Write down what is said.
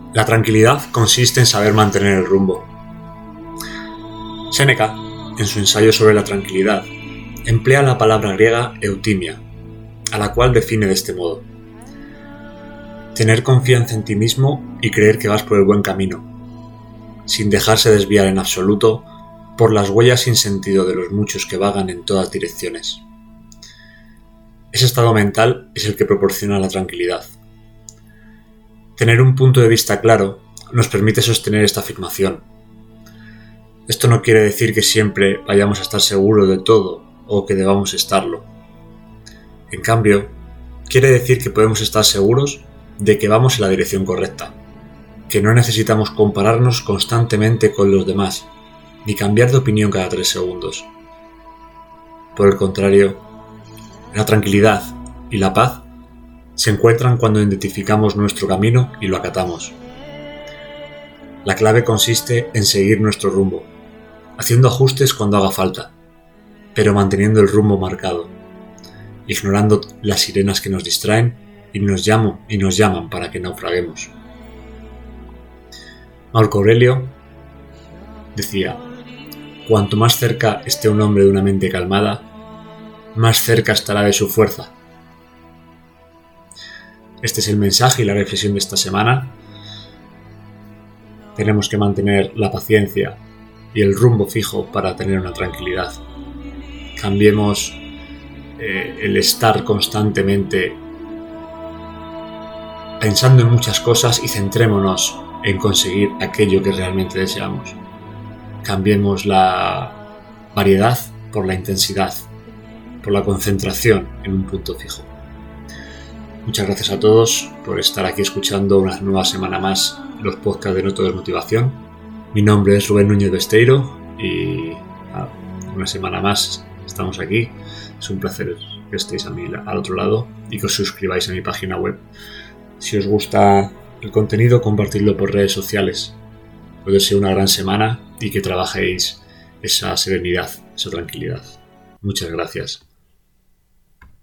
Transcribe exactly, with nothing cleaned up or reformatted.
La tranquilidad consiste en saber mantener el rumbo. Séneca, en su ensayo sobre la tranquilidad, emplea la palabra griega eutimia, a la cual define de este modo: tener confianza en ti mismo y creer que vas por el buen camino, sin dejarse desviar en absoluto por las huellas sin sentido de los muchos que vagan en todas direcciones. Ese estado mental es el que proporciona la tranquilidad. Tener un punto de vista claro nos permite sostener esta afirmación. Esto no quiere decir que siempre vayamos a estar seguros de todo o que debamos estarlo. En cambio, quiere decir que podemos estar seguros de que vamos en la dirección correcta, que no necesitamos compararnos constantemente con los demás, ni cambiar de opinión cada tres segundos. Por el contrario, la tranquilidad y la paz se encuentran cuando identificamos nuestro camino y lo acatamos. La clave consiste en seguir nuestro rumbo, haciendo ajustes cuando haga falta, pero manteniendo el rumbo marcado, ignorando las sirenas que nos distraen y nos llaman, y nos llaman para que naufraguemos. Marco Aurelio decía: cuanto más cerca esté un hombre de una mente calmada, más cerca estará de su fuerza. Este es el mensaje y la reflexión de esta semana. Tenemos que mantener la paciencia y el rumbo fijo para tener una tranquilidad. Cambiemos eh, el estar constantemente pensando en muchas cosas y centrémonos en conseguir aquello que realmente deseamos. Cambiemos la variedad por la intensidad, por la concentración en un punto fijo. Muchas gracias a todos por estar aquí escuchando una nueva semana más los podcasts de No Todo es Motivación. Mi nombre es Rubén Núñez Besteiro y ah, una semana más estamos aquí. Es un placer que estéis a mí, al otro lado y que os suscribáis a mi página web. Si os gusta el contenido, compartidlo por redes sociales. Os deseo una gran semana y que trabajéis esa serenidad, esa tranquilidad. Muchas gracias.